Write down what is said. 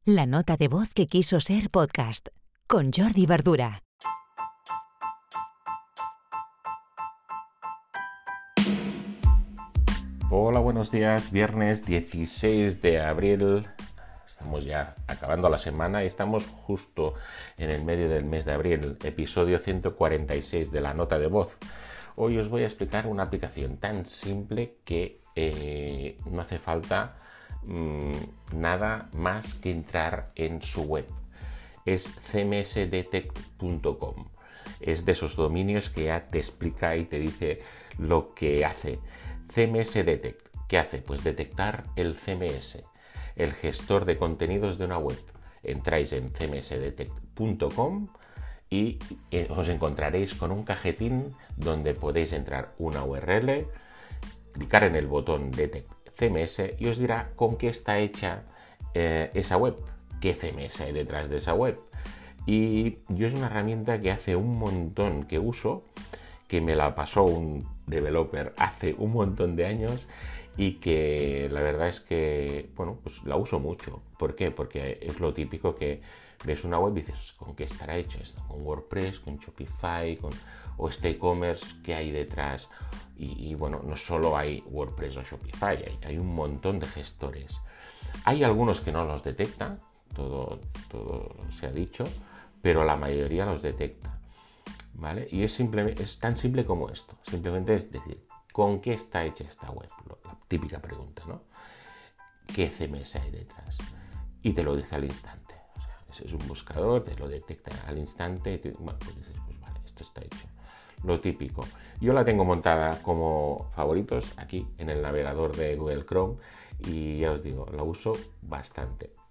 La nota de voz que quiso ser podcast, con Jordi Verdura. Hola, buenos días. Viernes 16 de abril. Estamos ya acabando la semana y estamos justo en el medio del mes de abril, episodio 146 de la nota de voz. Hoy os voy a explicar una aplicación tan simple que no hace falta nada más que entrar en su web. Es cmsdetect.com. Es de esos dominios que ya te explica y te dice lo que hace. CMS Detect, ¿qué hace? Pues detectar el CMS, el gestor de contenidos de una web. Entráis en cmsdetect.com y os encontraréis con un cajetín donde podéis entrar una URL, clicar en el botón Detect CMS y os dirá con qué está hecha esa web, qué CMS hay detrás de esa web. Y yo es una herramienta que hace un montón que uso, que me la pasó un developer hace un montón de años y que la verdad es que, bueno, pues la uso mucho. ¿Por qué? Porque es lo típico que ves una web y dices, ¿con qué estará hecho esto? ¿Con WordPress? ¿Con Shopify? ¿O este e-commerce que hay detrás? Y bueno, no solo hay WordPress o Shopify, hay un montón de gestores. Hay algunos que no los detectan, todo se ha dicho, pero la mayoría los detecta, ¿vale? Y es tan simple como esto. Simplemente es decir, ¿con qué está hecha esta web? La típica pregunta, ¿no? ¿Qué CMS hay detrás? Y te lo dice al instante. O sea, es un buscador, te lo detecta al instante. Bueno, pues dices, pues vale, esto está hecho. Lo típico. Yo la tengo montada como favoritos aquí en el navegador de Google Chrome y ya os digo, la uso bastante.